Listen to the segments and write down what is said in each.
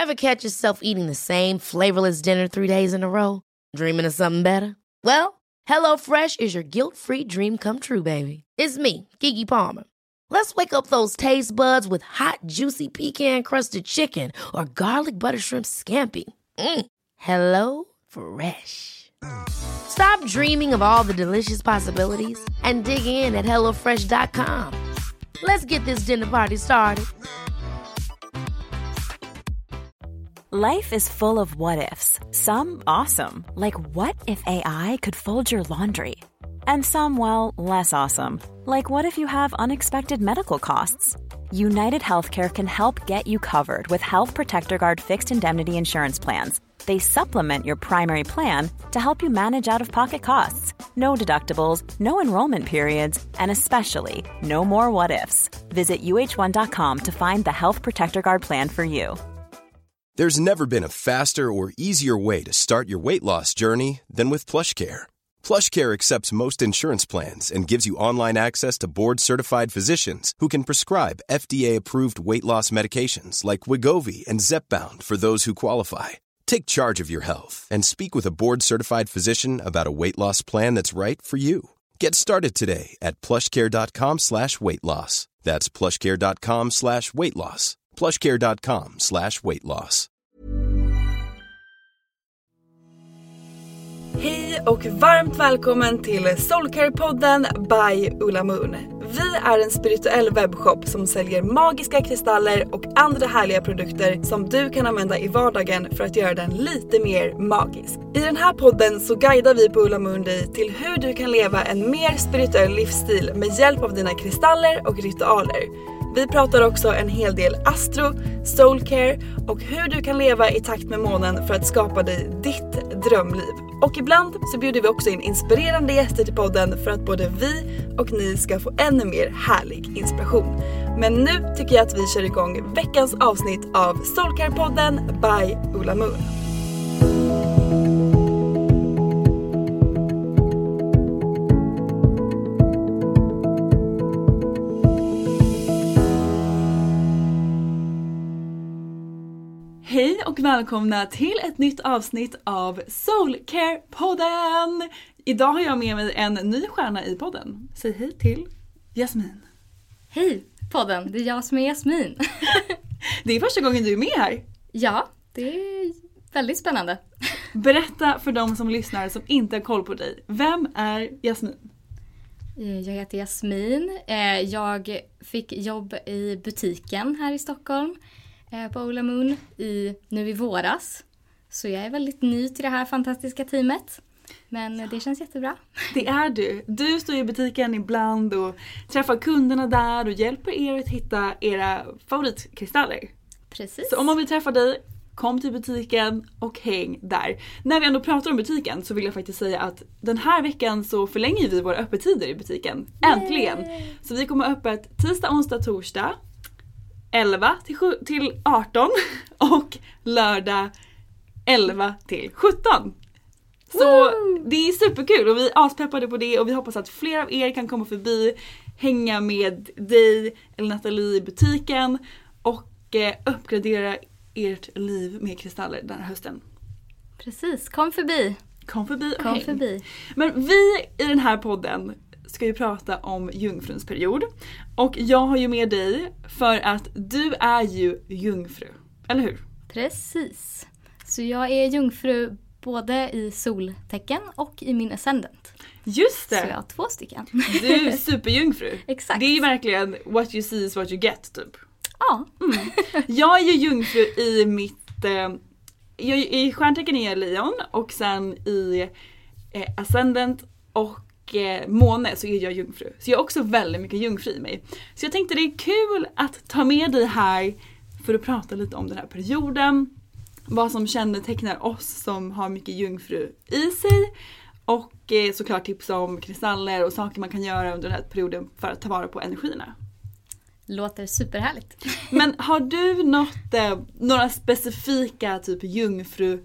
Ever catch yourself eating the same flavorless dinner 3 days in a row? Dreaming of something better? Well, HelloFresh is your guilt-free dream come true, baby. It's me, Keke Palmer. Let's wake up those taste buds with hot, juicy pecan-crusted chicken or garlic butter shrimp scampi. Hello Fresh. Stop dreaming of all the delicious possibilities and dig in at HelloFresh.com. Let's get this dinner party started. Life is full of what-ifs. Some awesome, like what if AI could fold your laundry? And some, well, less awesome, like what if you have unexpected medical costs? United Healthcare can help get you covered with Health Protector Guard fixed indemnity insurance plans. They supplement your primary plan to help you manage out-of-pocket costs. No deductibles, no enrollment periods, and especially no more what-ifs. Visit uh1.com to find the Health Protector Guard plan for you. There's never been a faster or easier way to start your weight loss journey than with PlushCare. PlushCare accepts most insurance plans and gives you online access to board-certified physicians who can prescribe FDA-approved weight loss medications like Wegovy and Zepbound for those who qualify. Take charge of your health and speak with a board-certified physician about a weight loss plan that's right for you. Get started today at plushcare.com/weightloss. That's plushcare.com/weightloss. plushcare.com/weightloss. Hej och varmt välkommen till Soulcare-podden by Ulla Moon. Vi är en spirituell webbshop som säljer magiska kristaller och andra härliga produkter som du kan använda i vardagen för att göra den lite mer magisk. I den här podden så guidar vi på Ulla Moon dig till hur du kan leva en mer spirituell livsstil med hjälp av dina kristaller och ritualer. Vi pratar också en hel del astro, soulcare och hur du kan leva i takt med månen för att skapa dig ditt drömliv. Och ibland så bjuder vi också in inspirerande gäster till podden för att både vi och ni ska få ännu mer härlig inspiration. Men nu tycker jag att vi kör igång veckans avsnitt av Soulcare-podden by Ulla Moon. Hej och välkomna till ett nytt avsnitt av Soulcare-podden! Idag har jag med mig en ny stjärna i podden. Säg hej till Jasmin. Hej podden, det är jag som är Jasmin. Det är första gången du är med här. Ja, det är väldigt spännande. Berätta för de som lyssnar som inte har koll på dig. Vem är Jasmin? Jag heter Jasmin. Jag fick jobb i butiken här i Stockholm. På Ulla Moon nu i våras. Så jag är väldigt ny till det här fantastiska teamet. Men det känns jättebra. Det är du. Du står i butiken ibland och träffar kunderna där och hjälper er att hitta era favoritkristaller. Precis. Så om man vill träffa dig, kom till butiken och häng där. När vi ändå pratar om butiken så vill jag faktiskt säga att den här veckan så förlänger vi våra öppettider i butiken. Äntligen! Så vi kommer öppet tisdag, onsdag, torsdag. 11 till 18 och lördag 11 till 17. Så det är superkul och vi är aspeppade på det och vi hoppas att fler av er kan komma förbi, hänga med dig eller Nathalie i butiken och uppgradera ert liv med kristaller den här hösten. Precis, kom förbi. Kom förbi. Men vi i den här podden ska ju prata om jungfruns period. Och jag har ju med dig för att du är ju jungfru, eller hur? Precis. Så jag är jungfru både i soltecken och i min ascendant. Just det! Så jag har 2 stycken. Du är superjungfru. Exakt. Det är verkligen what you see is what you get, typ. Ja. Jag är ju jungfru i mitt... I stjärntecken är jag lejon och sen i ascendant och måne så är jag jungfru. Så jag har också väldigt mycket jungfru i mig. Så jag tänkte det är kul att ta med dig här för att prata lite om den här perioden. Vad som kännetecknar oss som har mycket jungfru i sig. Och såklart tips om kristaller och saker man kan göra under den här perioden för att ta vara på energierna. Låter superhärligt. Men har du några specifika typ jungfru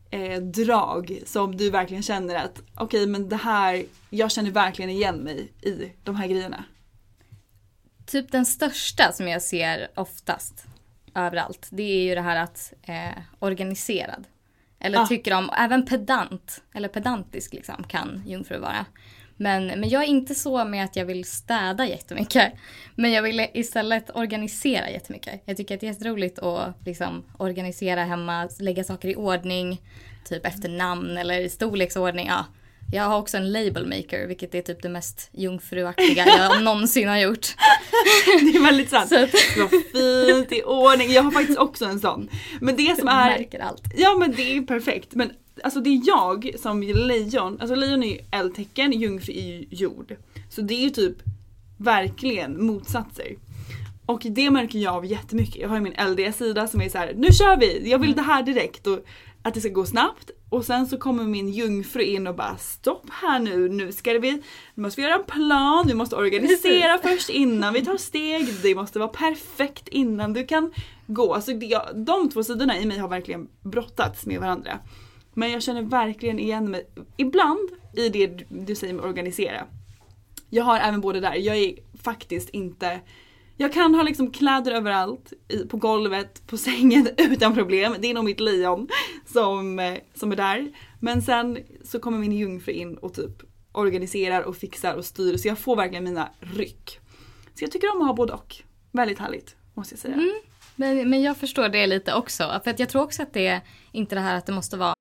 drag som du verkligen känner att okej, men det här, jag känner verkligen igen mig i de här grejerna? Typ den största som jag ser oftast överallt. Det är ju det här att organiserad. Eller tycker om, även pedant, eller pedantisk liksom, kan jungfru vara. Men jag är inte så med att jag vill städa jättemycket. Men jag vill istället organisera jättemycket. Jag tycker att det är jätteroligt att liksom organisera hemma, lägga saker i ordning, typ efter namn eller i storleksordning. Ja. Jag har också en label maker, vilket är typ det mest jungfruaktiga jag någonsin har gjort. Det är väldigt sant. Det var fint i ordning. Jag har faktiskt också en sån. Men det som är... märker allt. Ja, men det är perfekt. Men alltså det är jag som lejon. Alltså lejon är ju eldtecken, jungfru är ju jord. Så det är ju typ verkligen motsatser. Och det märker jag av jättemycket. Jag har ju min eldiga sida som är så här: nu kör vi! Jag vill det här direkt. Och att det ska gå snabbt. Och sen så kommer min jungfru in och bara: stopp här nu ska vi måste göra en plan, vi måste organisera först innan vi tar steg, det måste vara perfekt innan du kan gå. Alltså de två sidorna i mig har verkligen brottats med varandra. Men jag känner verkligen igen mig ibland i det du säger med organisera. Jag har även både där, jag är faktiskt inte... Jag kan ha liksom kläder överallt, på golvet, på sängen utan problem. Det är nog mitt lejon som är där. Men sen så kommer min jungfru in och typ organiserar och fixar och styr. Så jag får verkligen mina ryck. Så jag tycker om att ha både och. Väldigt härligt, måste jag säga. Men jag förstår det lite också. För att jag tror också att det är inte det här att det måste vara...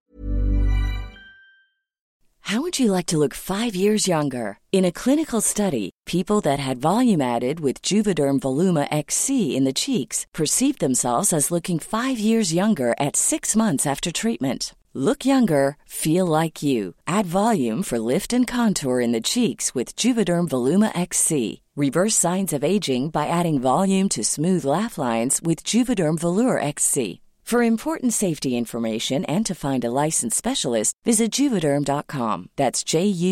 How would you like to look 5 years younger? In a clinical study, people that had volume added with Juvederm Voluma XC in the cheeks perceived themselves as looking 5 years younger at 6 months after treatment. Look younger, feel like you. Add volume for lift and contour in the cheeks with Juvederm Voluma XC. Reverse signs of aging by adding volume to smooth laugh lines with Juvederm Volure XC. For important safety information and to find a licensed specialist, visit Juvederm.com. That's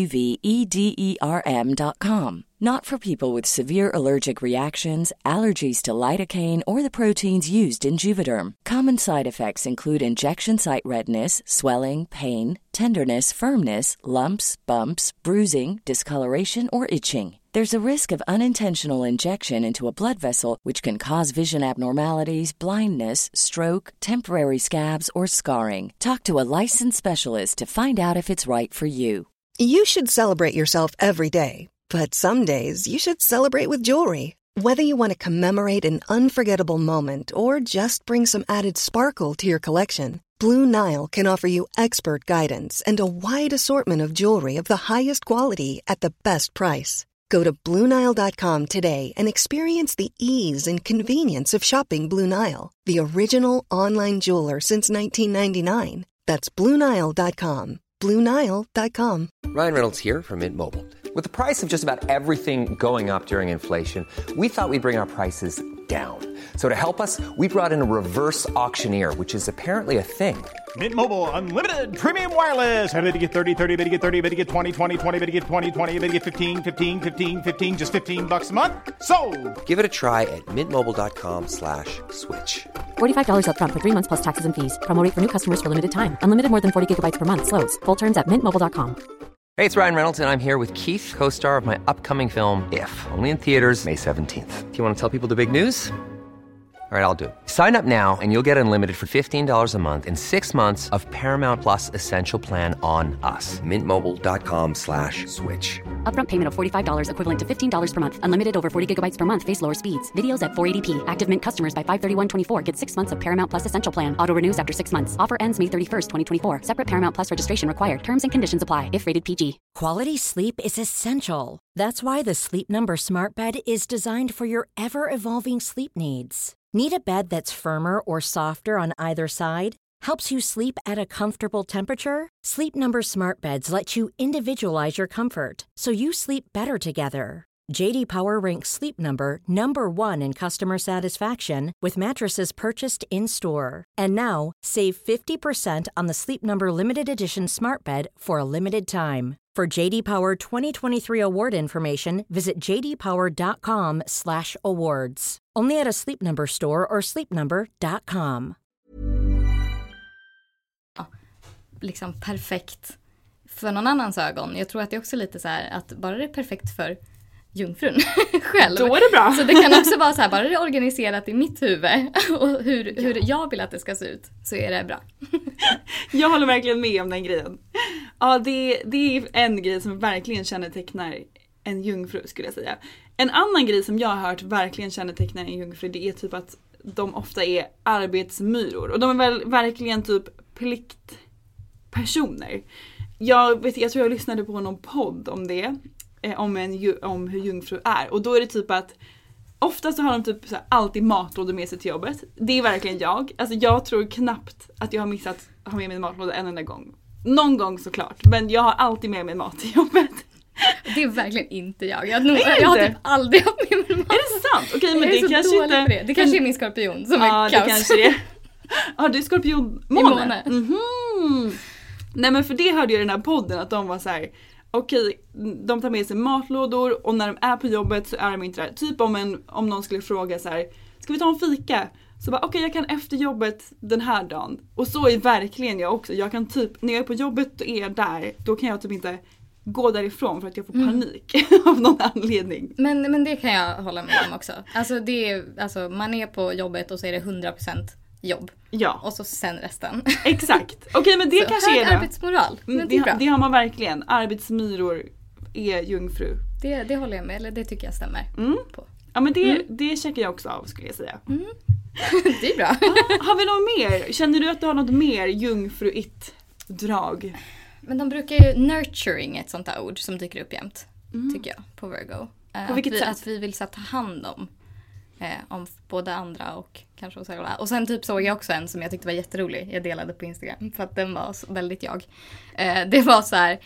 JUVEDERM.com. Not for people with severe allergic reactions, allergies to lidocaine, or the proteins used in Juvederm. Common side effects include injection site redness, swelling, pain, tenderness, firmness, lumps, bumps, bruising, discoloration, or itching. There's a risk of unintentional injection into a blood vessel, which can cause vision abnormalities, blindness, stroke, temporary scabs, or scarring. Talk to a licensed specialist to find out if it's right for you. You should celebrate yourself every day, but some days you should celebrate with jewelry. Whether you want to commemorate an unforgettable moment or just bring some added sparkle to your collection, Blue Nile can offer you expert guidance and a wide assortment of jewelry of the highest quality at the best price. Go to BlueNile.com today and experience the ease and convenience of shopping Blue Nile, the original online jeweler since 1999. That's BlueNile.com. BlueNile.com. Ryan Reynolds here from Mint Mobile. With the price of just about everything going up during inflation, we thought we'd bring our prices down. So to help us, we brought in a reverse auctioneer, which is apparently a thing. Mint Mobile Unlimited Premium Wireless. How to get 30, 30, bit to get 30, bit to get 20, 20, 20, bit to get 20, 20, bit to get 15, 15, 15, 15, just $15 a month? Sold! Give it a try at mintmobile.com/switch. $45 up front for 3 months plus taxes and fees. Promo rate for new customers for limited time. Unlimited more than 40 gigabytes per month. Slows full terms at mintmobile.com. Hey, it's Ryan Reynolds, and I'm here with Keith, co-star of my upcoming film, If, only in theaters May 17th. Do you want to tell people the big news? All right, I'll do it. Sign up now and you'll get unlimited for $15 a month and 6 months of Paramount Plus Essential Plan on us. mintmobile.com/switch. Upfront payment of $45 equivalent to $15 per month. Unlimited over 40 gigabytes per month. Face lower speeds. Videos at 480p. Active Mint customers by 531.24 get 6 months of Paramount Plus Essential Plan. Auto renews after 6 months. Offer ends May 31st, 2024. Separate Paramount Plus registration required. Terms and conditions apply if rated PG. Quality sleep is essential. That's why the Sleep Number Smart Bed is designed for your ever-evolving sleep needs. Need a bed that's firmer or softer on either side? Helps you sleep at a comfortable temperature? Sleep Number Smart Beds let you individualize your comfort, so you sleep better together. J.D. Power ranks Sleep Number #1 in customer satisfaction with mattresses purchased in-store. And now, save 50% on the Sleep Number Limited Edition Smart Bed for a limited time. For J.D. Power 2023 award information, visit jdpower.com/awards. Only at a Sleep Number store or sleepnumber.com. Liksom perfekt för någon annans ögon. Jag tror att det är också lite så här att bara det är perfekt för jungfrun själv. Då är det bra. Så det kan också vara så här, bara det är organiserat i mitt huvud och hur jag vill att det ska se ut, så är det bra. Jag håller verkligen med om den grejen. Ja, det är en grej som verkligen kännetecknar en jungfru, skulle jag säga. En annan grej som jag har hört verkligen kännetecknar en jungfru, det är typ att de ofta är arbetsmyror. Och de är väl verkligen typ pliktpersoner. Jag tror jag lyssnade på någon podd om det. Om hur jungfru är. Och då är det typ att oftast så har de typ så här, alltid matlådor med sig till jobbet. Det är verkligen jag. Alltså jag tror knappt att jag har missat att ha med mig matlåda en enda gång. Någon gång såklart. Men jag har alltid med mig mat till jobbet. Det är verkligen inte jag. Jag har typ aldrig haft med mig mat. Är det sant? Okej, men det kanske inte... Det kanske är min skorpion som är kaos. Ja, det kanske är. Har du skorpionmåne? Nej, men för det hörde jag i den här podden att de var så här: okej, de tar med sig matlådor och när de är på jobbet så är de inte där. Typ om någon skulle fråga så här: ska vi ta en fika? Så bara okej, jag kan efter jobbet den här dagen. Och så är verkligen jag också. Jag kan typ, när jag är på jobbet och är där, då kan jag typ inte gå därifrån för att jag får panik av någon anledning. Men det kan jag hålla med om också. Alltså man är på jobbet och så är det 100% jobb. Ja. Och så sen resten. Exakt. Okej, men det så kanske är det. Arbetsmoral. Men det är bra. Det har man verkligen. Arbetsmyror är jungfru. Det håller jag med, eller det tycker jag stämmer på. Ja, men det checkar jag också av, skulle jag säga. Det är bra. Har vi något mer? Känner du att du har något mer jungfruigt-drag? Men de brukar ju nurturing, ett sånt där ord som dyker upp jämt, tycker jag, på Virgo. På vilket sätt? Att vi vill ta hand om både andra och kanske oss själva. Och sen typ såg jag också en som jag tyckte var jätterolig. Jag delade på Instagram för att den var väldigt jag. Det var så här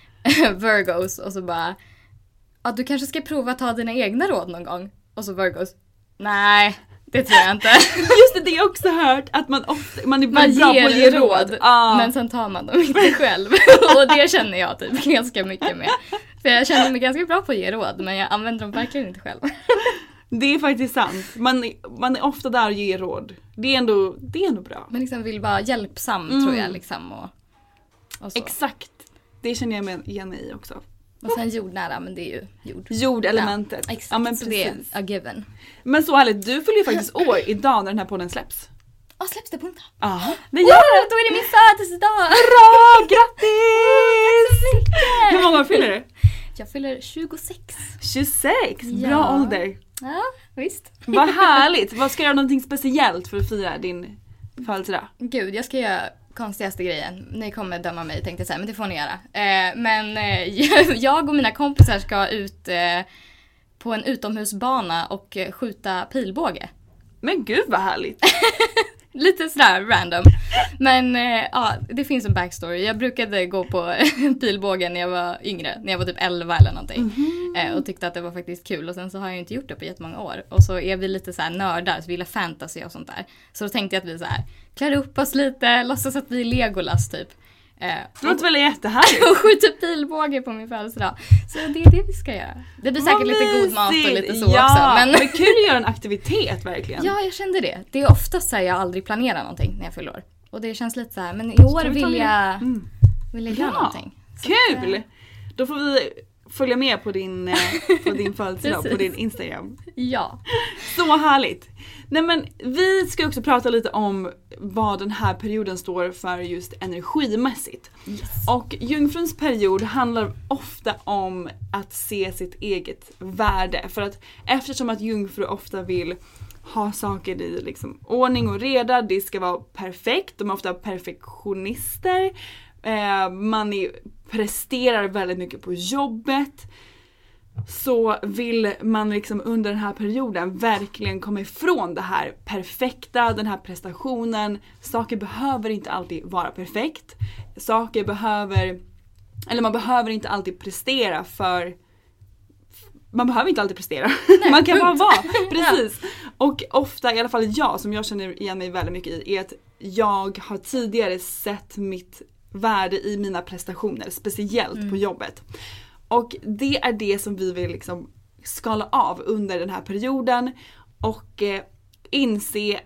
Virgos och så bara, du kanske ska prova att ta dina egna råd någon gång. Och så Virgos, nej, det tror jag inte. Just det jag också hört att man är bra på att ge råd. Men sen tar man dem inte själv. Och det känner jag typ ganska mycket med. För jag känner mig ganska bra på att ge råd, men jag använder dem verkligen inte själv. Det är faktiskt sant. Man är ofta där och ger råd. Det är ändå bra. Man liksom vill vara hjälpsam, tror jag. Liksom, och så. Exakt. Det känner jag igen i också. Och sen jordnära, men det är ju jord. Jordelementet. Ja, exakt, men så det är a given. Men så härligt, du fyller ju faktiskt år idag när den här podden släpps. Släpps det på onsdag? Ja, det gör det. Då är det min födelsedag. Hurra, grattis! Tack så mycket. Hur många fyller du? Jag fyller 26. 26, bra ålder. Ja, visst. Vad härligt. Vad ska du göra någonting speciellt för att fira din födelsedag? Gud, jag ska göra konstigaste grejen. Ni kommer döma mig, tänkte jag säga, men det får ni göra. Men jag och mina kompisar ska ut på en utomhusbana och skjuta pilbåge. Men gud vad härligt. Lite sådär random. Men det finns en backstory. Jag brukade gå på pilbågen när jag var yngre. När jag var typ 11 eller någonting. Och tyckte att det var faktiskt kul. Och sen så har jag inte gjort det på jättemånga år. Och så är vi lite så här nördar. Så vi gillar fantasy och sånt där. Så då tänkte jag att vi så här klär upp oss lite. Låtsas att vi är Legolas typ. Det låter väl jättehärligt. Och skjuter pilbåge på min födelsedag. Så det är det vi ska göra. Det blir säkert lite god mat och lite så också. Men kul att göra en aktivitet verkligen. Ja, jag kände det. Det är oftast så här jag aldrig planerar någonting när jag fyller år. Och det känns lite så här, men i år vill jag göra någonting. Så kul! Då får vi följa med på din födelsedag på din Instagram. Ja. Så härligt. Nej, men vi ska också prata lite om vad den här perioden står för just energimässigt. Yes. Och jungfruns period handlar ofta om att se sitt eget värde. För att eftersom att jungfru ofta vill ha saker i liksom ordning och reda, det ska vara perfekt. De är ofta perfektionister. Man presterar väldigt mycket på jobbet. Så vill man liksom under den här perioden verkligen komma ifrån det här perfekta, den här prestationen. Saker behöver inte alltid vara perfekt. Man behöver inte alltid prestera man behöver inte alltid prestera. Nej, man kan bara vara. Precis. Och ofta, i alla fall jag, som jag känner igen mig väldigt mycket i, är att jag har tidigare sett mitt värde i mina prestationer, speciellt på jobbet. Och det är det som vi vill liksom skala av under den här perioden och inse att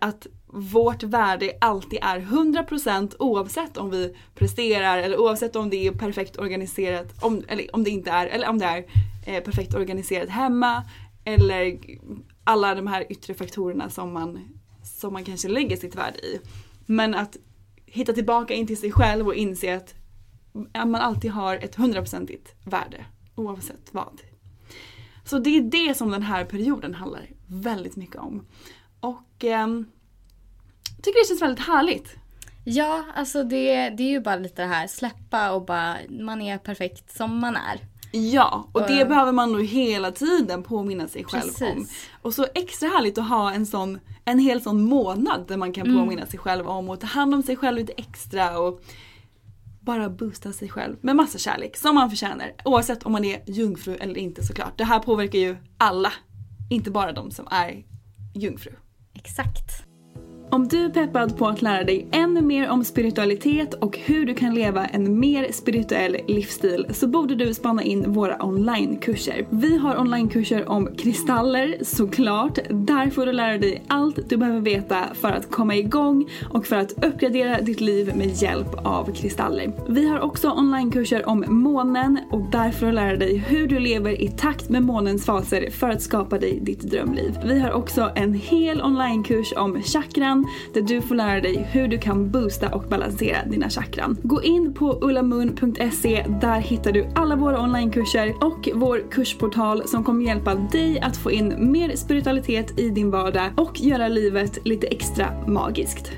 vårt värde alltid är 100% oavsett om vi presterar eller oavsett om det är perfekt organiserat, eller om det inte är, eller om det är perfekt organiserat hemma eller alla de här yttre faktorerna som man kanske lägger sitt värde i. Men att hitta tillbaka in till sig själv och inse att man alltid har ett 100%igt värde oavsett vad. Så det är det som den här perioden handlar väldigt mycket om. Och jag tycker det känns väldigt härligt. Ja, alltså det är ju bara lite det här, släppa och bara, man är perfekt som man är. Ja, och det behöver man nog hela tiden påminna sig själv Precis. om. Och så extra härligt att ha en hel sån månad där man kan påminna sig själv om och ta hand om sig själv lite extra och bara boosta sig själv med massa kärlek som man förtjänar. Oavsett om man är jungfru eller inte såklart. Det här påverkar ju alla, inte bara de som är jungfru. Exakt. Om du är peppad på att lära dig ännu mer om spiritualitet och hur du kan leva en mer spirituell livsstil så borde du spana in våra onlinekurser. Vi har onlinekurser om kristaller såklart. Där får du lära dig allt du behöver veta för att komma igång och för att uppgradera ditt liv med hjälp av kristaller. Vi har också onlinekurser om månen och där får du lära dig hur du lever i takt med månens faser för att skapa dig ditt drömliv. Vi har också en hel onlinekurs om chakran där du får lära dig hur du kan boosta och balansera dina chakran. Gå in på ullamoon.se, där hittar du alla våra onlinekurser och vår kursportal som kommer hjälpa dig att få in mer spiritualitet i din vardag och göra livet lite extra magiskt.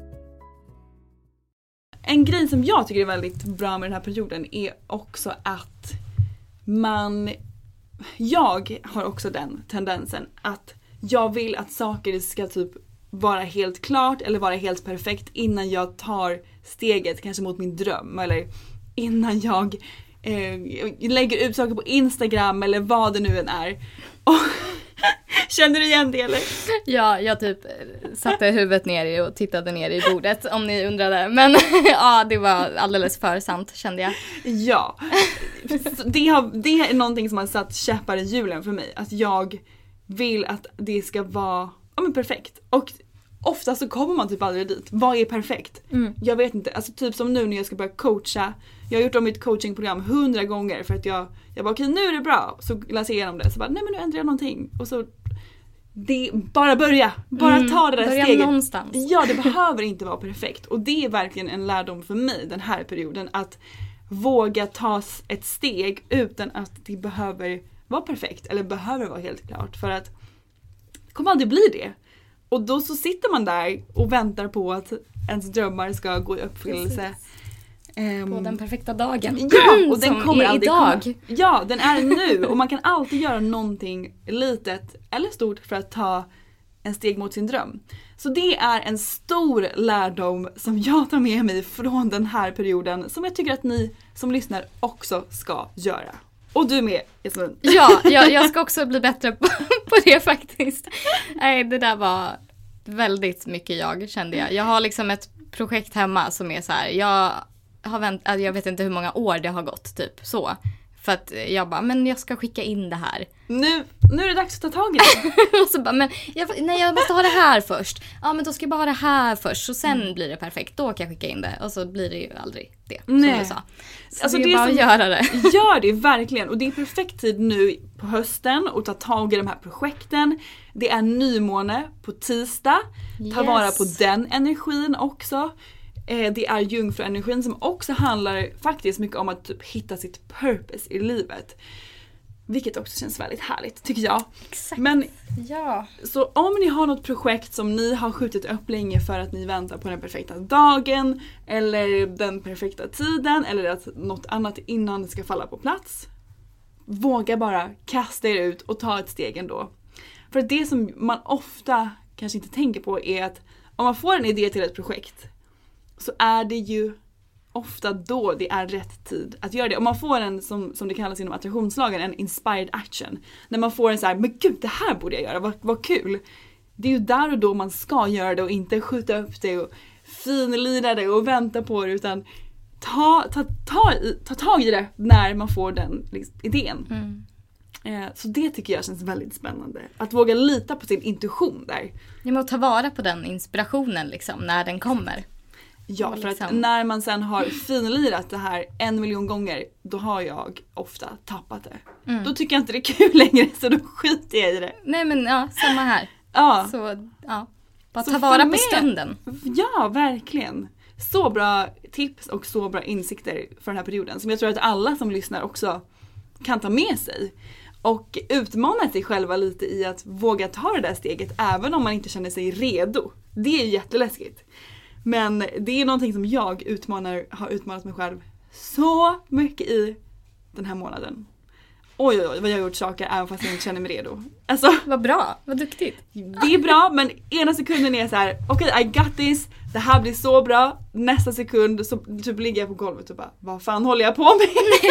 En grej som jag tycker är väldigt bra med den här perioden är också att jag har också den tendensen att jag vill att saker ska typ vara helt klart eller vara helt perfekt innan jag tar steget kanske mot min dröm eller innan jag lägger ut saker på Instagram eller vad det nu än är. Och känner du igen det eller? Ja, jag typ satte huvudet ner och tittade ner i bordet om ni undrade. Men ja, det var alldeles för sant kände jag. Ja, det är någonting som har satt käppar i hjulen för mig. Att jag vill att det ska vara perfekt. Och ofta så kommer man typ aldrig dit. Vad är perfekt? Jag vet inte. Alltså typ som nu när jag ska börja coacha. Jag har gjort om mitt coachingprogram 100 gånger för att jag bara okej, nu är det bra. Så läser jag igenom det. Så bara nej men nu ändrar jag någonting. Och så bara börja. Bara ta det där börja steget. Någonstans. Ja, det behöver inte vara perfekt. Och det är verkligen en lärdom för mig den här perioden. Att våga ta ett steg utan att det behöver vara perfekt. Eller behöver vara helt klart. För att det kommer aldrig bli det. Och då så sitter man där och väntar på att ens drömmar ska gå i uppfyllelse. På den perfekta dagen. Ja, och den kommer aldrig idag. Ja, den är nu. Och man kan alltid göra någonting litet eller stort för att ta en steg mot sin dröm. Så det är en stor lärdom som jag tar med mig från den här perioden. Som jag tycker att ni som lyssnar också ska göra. Och du med, Jasmin. Ja, jag ska också bli bättre på det faktiskt. Nej, det där var väldigt mycket jag kände jag. Jag har liksom ett projekt hemma som är så här. Jag vet inte hur många år det har gått typ så. För att jag bara, men jag ska skicka in det här. Nu är det dags att ta tag i det. Och så bara, men jag måste ha det här först. Ja, men då ska jag bara ha det här först. Och sen blir det perfekt. Då kan jag skicka in det. Och så blir det ju aldrig det. Som du sa. Så alltså, det är bara att göra det. Gör det, verkligen. Och det är perfekt tid nu på hösten att ta tag i de här projekten. Det är nymåne på tisdag. Ta vara på den energin också. Det är jungfruenergin som också handlar faktiskt mycket om att typ hitta sitt purpose i livet. Vilket också känns väldigt härligt, tycker jag. Exakt. Men, ja. Så om ni har något projekt som ni har skjutit upp länge för att ni väntar på den perfekta dagen eller den perfekta tiden eller att något annat innan det ska falla på plats. Våga bara kasta er ut och ta ett steg ändå. För det som man ofta kanske inte tänker på är att om man får en idé till ett projekt så är det ju ofta då det är rätt tid att göra det. Om man får en, som det kallas inom attraktionslagen, en inspired action. När man får en så här, men gud, det här borde jag göra, vad kul. Det är ju där och då man ska göra det och inte skjuta upp det och finlida det och vänta på det. Utan ta tag i det när man får den liksom, idén. Så det tycker jag känns väldigt spännande. Att våga lita på sin intuition där. Jag måste ta vara på den inspirationen liksom, när den kommer. Ja, för att när man sen har finlirat det här 1 miljon gånger, då har jag ofta tappat det. Då tycker jag inte det är kul längre, så då skiter jag i det. Nej men ja, samma här. Ja. Så ja, bara ta vara på stunden. Ja, verkligen. Så bra tips och så bra insikter för den här perioden som jag tror att alla som lyssnar också kan ta med sig. Och utmana sig själva lite i att våga ta det där steget även om man inte känner sig redo. Det är ju jätteläskigt. Men det är någonting som jag har utmanat mig själv så mycket i den här månaden. Oj, vad jag har gjort saker även fast jag inte känner mig redo. Alltså, vad bra, vad duktigt. Det är bra, men ena sekunden är jag så här: okej, I got this, det här blir så bra. Nästa sekund så typ ligger jag på golvet och bara, vad fan håller jag på med?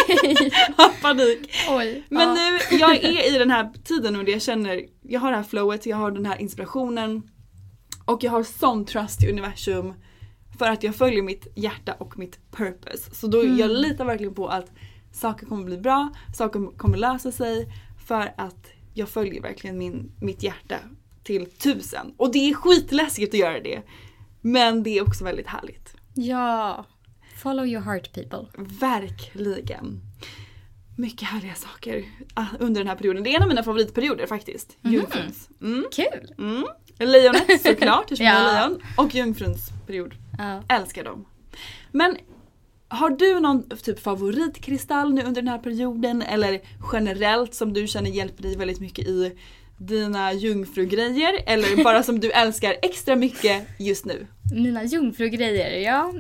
Panik. Oj, men nu, jag är i den här tiden och det jag känner, jag har det här flowet, jag har den här inspirationen. Och jag har sån trust i universum för att jag följer mitt hjärta och mitt purpose. Så då jag litar verkligen på att saker kommer bli bra, saker kommer lösa sig för att jag följer verkligen mitt hjärta till 1000. Och det är skitläskigt att göra det. Men det är också väldigt härligt. Ja, follow your heart people. Verkligen. Mycket härliga saker under den här perioden. Det är en av mina favoritperioder faktiskt. Jungfruns. Kul. Lejonet såklart, jag är lejon. Och jungfruns period. Älskar dem. Men har du någon typ favoritkristall nu under den här perioden? Eller generellt som du känner hjälper dig väldigt mycket i dina jungfrugrejer? Eller bara som du älskar extra mycket just nu? Mina jungfrugrejer, ja.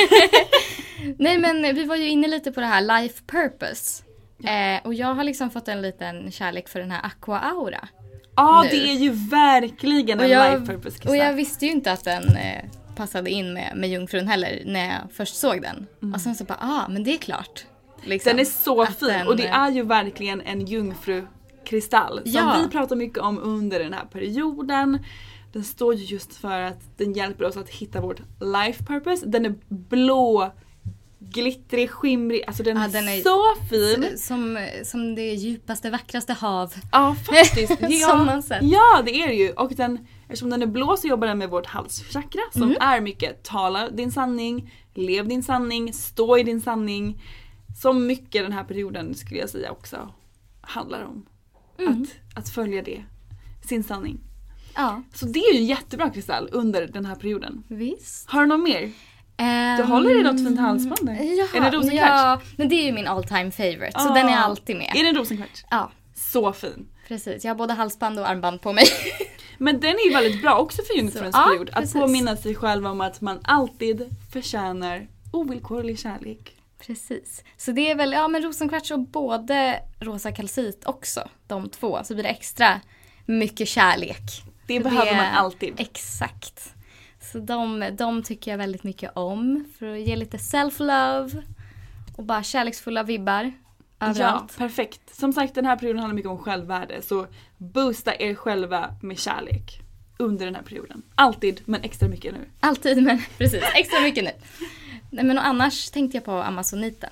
Nej men vi var ju inne lite på det här life purpose. Och jag har liksom fått en liten kärlek för den här Aqua Aura. Ja, det är ju verkligen en life purpose kristall. Och jag visste ju inte att den passade in med jungfrun heller när jag först såg den. Och sen så bara, men det är klart. Liksom, den är så fin och det är ju verkligen en jungfrukristall som vi pratar mycket om under den här perioden. Den står ju just för att den hjälper oss att hitta vårt life purpose. Den är blå, glittrig, skimrig, alltså den är så fin. Som det djupaste, vackraste hav. Ja, faktiskt. Som man sett. Ja, det är det ju. Och eftersom den är blå så jobbar den med vårt halschakra som är mycket tala din sanning, lev din sanning, stå i din sanning. Så mycket den här perioden skulle jag säga också handlar om. Att följa det, sin sanning. Ja. Så det är ju en jättebra kristall under den här perioden. Visst. Har du något mer? Du håller i något fint halsband där. Jaha, är det rosenkvarts? Ja, men det är ju min all time favorite. Så den är alltid med. Är det en rosenkvarts? Ja. Så fin. Precis, jag har både halsband och armband på mig. Men den är ju väldigt bra också för jungfruns period. Att påminna sig själv om att man alltid förtjänar ovillkorlig kärlek. Precis. Så det är väl, men rosenkvarts och både rosa kalcit också. De två. Så blir det extra mycket kärlek. Det behöver man alltid. Exakt. Så de tycker jag väldigt mycket om. För att ge lite self-love. Och bara kärleksfulla vibbar. Överallt. Ja, perfekt. Som sagt, den här perioden handlar mycket om självvärde. Så boosta er själva med kärlek. Under den här perioden. Alltid, men extra mycket nu. Alltid, men precis. Extra mycket nu. Nej, men annars tänkte jag på amazoniten.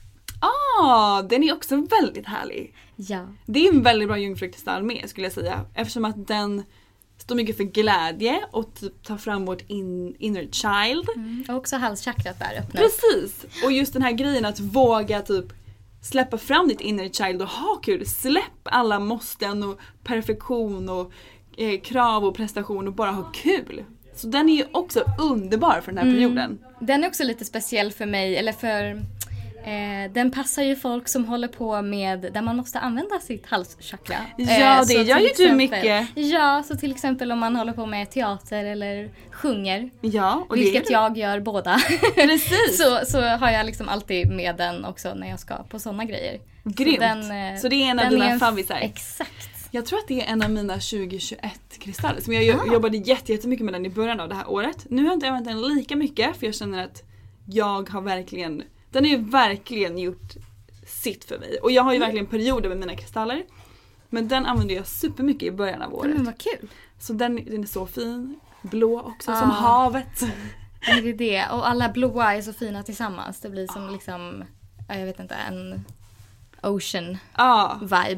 Den är också väldigt härlig. Ja. Det är en väldigt bra jungfrukristall med, skulle jag säga. Eftersom att den står mycket för glädje och typ tar fram vårt inner child. Och också halschakrat där öppnar. Precis. Och just den här grejen att våga typ släppa fram ditt inner child och ha kul. Släpp alla måsten och perfektion och krav och prestation och bara ha kul. Så den är ju också underbar för den här perioden. Den är också lite speciell för mig, eller för den passar ju folk som håller på med där man måste använda sitt halschakra. Ja, det gör ju du mycket. Ja, så till exempel om man håller på med teater eller sjunger. Ja, och vilket jag gör båda. Precis. så har jag liksom alltid med den också när jag ska på såna grejer. Grymt. Så det är en av dina favvisar. Exakt. Jag tror att det är en av mina 2021-kristaller. Som jag jobbade jättemycket med den i början av det här året. Nu har jag inte använt den lika mycket. För jag känner att jag har verkligen... Den har ju verkligen gjort sitt för mig. Och jag har ju verkligen perioder med mina kristaller. Men den använde jag supermycket i början av året. Men vad kul. Så den är så fin. Blå också, som havet. Det är det. Och alla blåa är så fina tillsammans. Det blir som liksom, jag vet inte, en ocean vibe.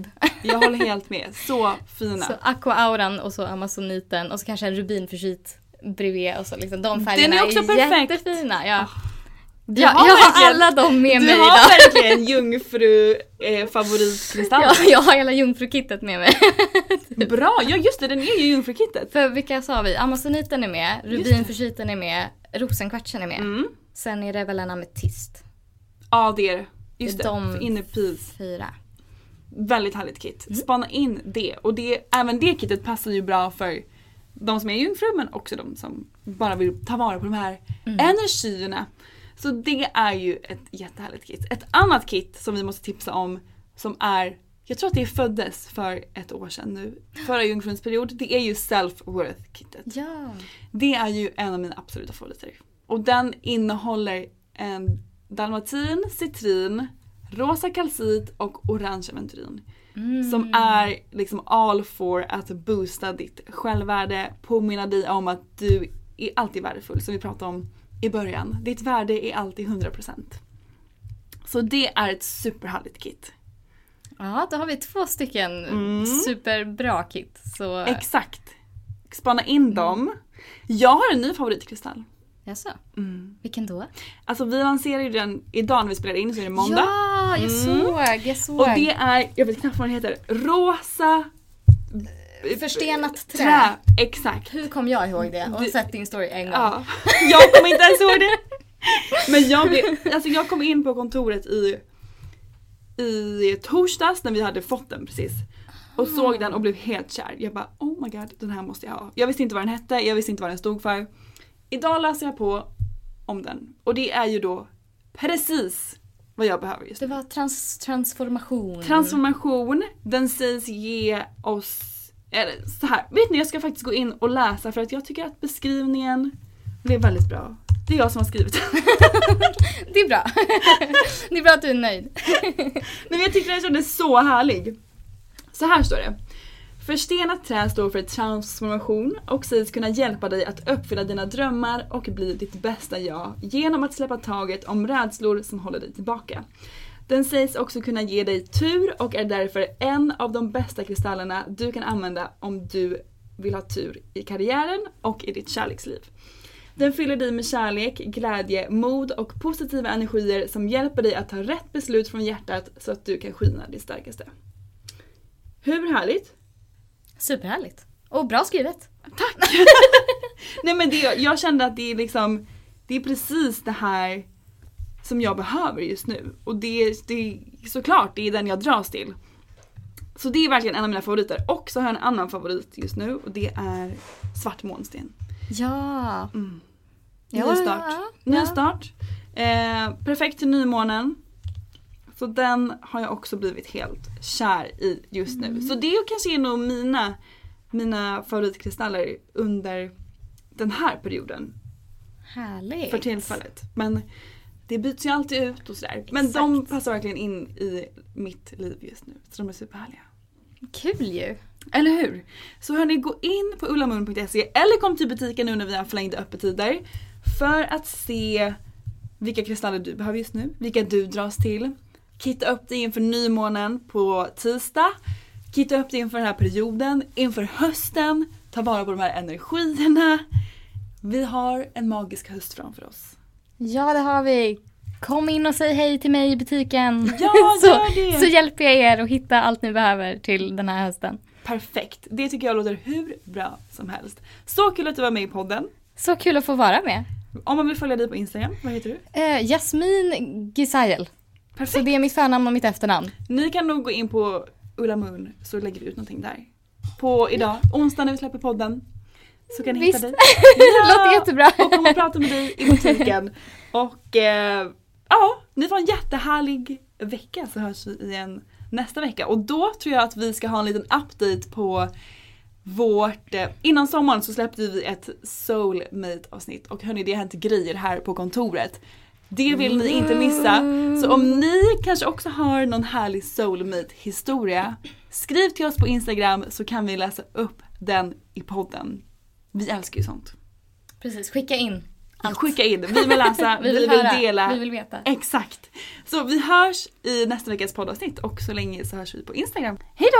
Jag håller helt med. Så fina. Så aqua-auran och så amazoniten och så kanske en rubinförsit bredvid och så liksom de färgerna Den är också perfekt. Jättefina. Ja. Jag har alla dem med mig idag. Du har verkligen jungfru favoritkristall. Ja, jag har hela jungfrukittet med mig. Bra, ja just det, den är ju jungfrukittet. För vilka sa vi? Amazoniten är med, rubinförsiten är med, rosenkvartsen är med. Sen är det väl en ametist. Ja, det är det. Just det, de inner peace. 4. Väldigt härligt kit. Spana in det. Och även det kittet passar ju bra för de som är jungfru men också de som bara vill ta vara på de här energierna. Så det är ju ett jättehärligt kit. Ett annat kit som vi måste tipsa om som är, jag tror att det föddes för 1 år sedan nu. Förra jungfruns period. Det är ju self-worth-kittet. Ja. Det är ju en av mina absoluta favoriter. Och den innehåller en dalmatin, citrin, rosa kalcit och orange aventurin. Som är liksom all for att boosta ditt självvärde. Påminna dig om att du är alltid värdefull, som vi pratade om i början. Ditt värde är alltid 100%. Så det är ett superhärligt kit. Ja, då har vi 2 stycken superbra kit. Så... Exakt. Spana in dem. Jag har en ny favoritkristall. Jaså? Vilken då? Alltså vi lanserar ju den idag när vi spelar in, så är det måndag. Ja, jag såg. Och det är, jag vet knappt vad den heter, rosa... Förstenat trä. Exakt. Hur kom jag ihåg det? Och sett din story en gång. Ja, jag kommer inte ens ihåg det. Men jag kom in på kontoret i torsdags när vi hade fått den precis. Och såg den och blev helt kär. Jag bara, oh my god, den här måste jag ha. Jag visste inte vad den hette, jag visste inte vad den stod för. Idag läser jag på om den. Och det är ju då precis vad jag behöver just nu. Det var transformation. Transformation, den sägs ge oss... så här, vet ni, jag ska faktiskt gå in och läsa för att jag tycker att beskrivningen blev väldigt bra. Det är jag som har skrivit. Det är bra. Det är bra att du är nöjd. Men jag tyckte den kändes så härlig. Så här står det. Förstenat trä står för transformation och sägs kunna hjälpa dig att uppfylla dina drömmar och bli ditt bästa jag genom att släppa taget om rädslor som håller dig tillbaka. Den sägs också kunna ge dig tur och är därför en av de bästa kristallerna du kan använda om du vill ha tur i karriären och i ditt kärleksliv. Den fyller dig med kärlek, glädje, mod och positiva energier som hjälper dig att ta rätt beslut från hjärtat så att du kan skina ditt starkaste. Hur härligt? Superhärligt. Och bra skrivet. Tack! Nej men jag kände att det är precis det här som jag behöver just nu. Och det är såklart, det är den jag dras till. Så det är verkligen en av mina favoriter. Och så har jag en annan favorit just nu och det är svart månsten. Ja. Ny start. Perfekt till nymånen. Så den har jag också blivit helt kär i just nu. Så det kanske är nog mina favoritkristaller under den här perioden. Härligt. För tillfället. Men det byts ju alltid ut och sådär. Men de passar verkligen in i mitt liv just nu. Så de är superhärliga. Kul ju. Eller hur? Så hörni, gå in på ullamun.se eller kom till butiken nu när vi har förlängda öppettider. För att se vilka kristaller du behöver just nu. Vilka du dras till. Kitta upp dig inför nymånen på tisdag. Kitta upp dig inför den här perioden. Inför hösten. Ta vara på de här energierna. Vi har en magisk höst framför oss. Ja, det har vi. Kom in och säg hej till mig i butiken. Ja, gör det. Så hjälper jag er att hitta allt ni behöver till den här hösten. Perfekt. Det tycker jag låter hur bra som helst. Så kul att du var med i podden. Så kul att få vara med. Om man vill följa dig på Instagram, vad heter du? Jasmin Gisayel. Perfekt. Så det är mitt förnamn och mitt efternamn. Ni kan nog gå in på Ulla Moon så lägger vi ut någonting där. På idag, onsdag när vi släpper podden. Så kan ni hitta dig. Det låter jättebra. Och komma och prata med dig i butiken. Och ni får en jättehärlig vecka så hörs vi igen nästa vecka. Och då tror jag att vi ska ha en liten update på vårt... Innan sommaren så släppte vi ett Soulmate-avsnitt. Och hörni, det har hänt grejer här på kontoret. Det vill ni inte missa. Så om ni kanske också har någon härlig Soulmate-historia, skriv till oss på Instagram så kan vi läsa upp den i podden. Vi älskar ju sånt. Precis, skicka in. Skicka in, vi vill läsa, vi vill dela. Vi vill veta. Exakt. Så vi hörs i nästa veckas poddavsnitt och så länge så hörs vi på Instagram. Hej då!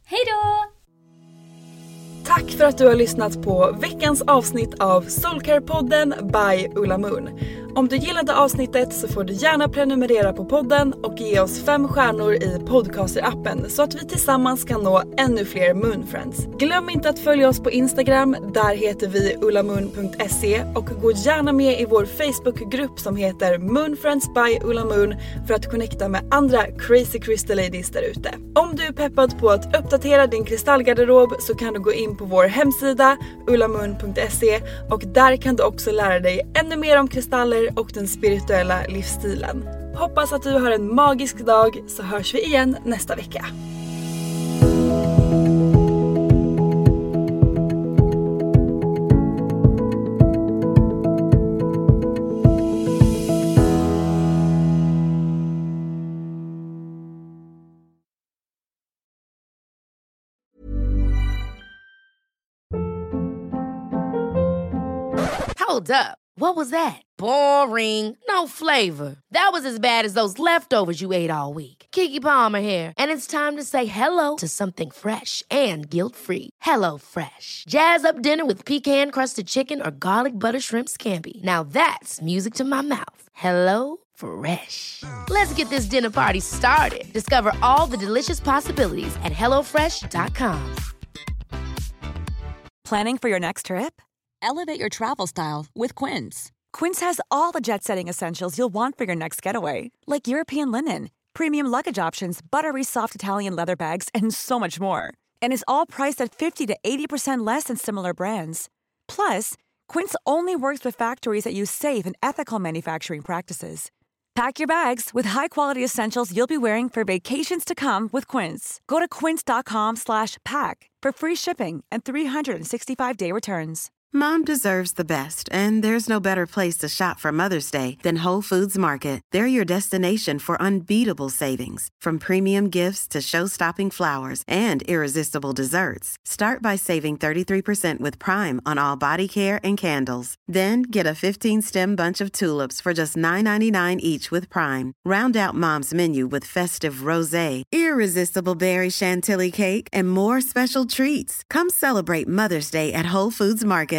Hej då! Tack för att du har lyssnat på veckans avsnitt av Soulcare-podden by Ulla Moon. Om du gillade avsnittet så får du gärna prenumerera på podden och ge oss 5 stjärnor i podcaster-appen så att vi tillsammans kan nå ännu fler Moonfriends. Glöm inte att följa oss på Instagram, där heter vi ullamoon.se, och gå gärna med i vår Facebookgrupp som heter Moonfriends by Ulla Moon för att connecta med andra crazy crystal ladies där ute. Om du är peppad på att uppdatera din kristallgarderob så kan du gå in på vår hemsida ullamoon.se, och där kan du också lära dig ännu mer om kristaller och den spirituella livsstilen. Hoppas att du har en magisk dag, så hörs vi igen nästa vecka. Hold up. What was that? Boring. No flavor. That was as bad as those leftovers you ate all week. Keke Palmer here, and it's time to say hello to something fresh and guilt-free. Hello Fresh. Jazz up dinner with pecan-crusted chicken or garlic butter shrimp scampi. Now that's music to my mouth. Hello Fresh. Let's get this dinner party started. Discover all the delicious possibilities at hellofresh.com. Planning for your next trip? Elevate your travel style with Quince. Quince has all the jet-setting essentials you'll want for your next getaway, like European linen, premium luggage options, buttery soft Italian leather bags, and so much more. And is all priced at 50 to 80% less than similar brands. Plus, Quince only works with factories that use safe and ethical manufacturing practices. Pack your bags with high-quality essentials you'll be wearing for vacations to come with Quince. Go to quince.com/pack for free shipping and 365-day returns. Mom deserves the best, and there's no better place to shop for Mother's Day than Whole Foods Market. They're your destination for unbeatable savings, from premium gifts to show-stopping flowers and irresistible desserts. Start by saving 33% with Prime on all body care and candles. Then get a 15-stem bunch of tulips for just $9.99 each with Prime. Round out Mom's menu with festive rosé, irresistible berry chantilly cake, and more special treats. Come celebrate Mother's Day at Whole Foods Market.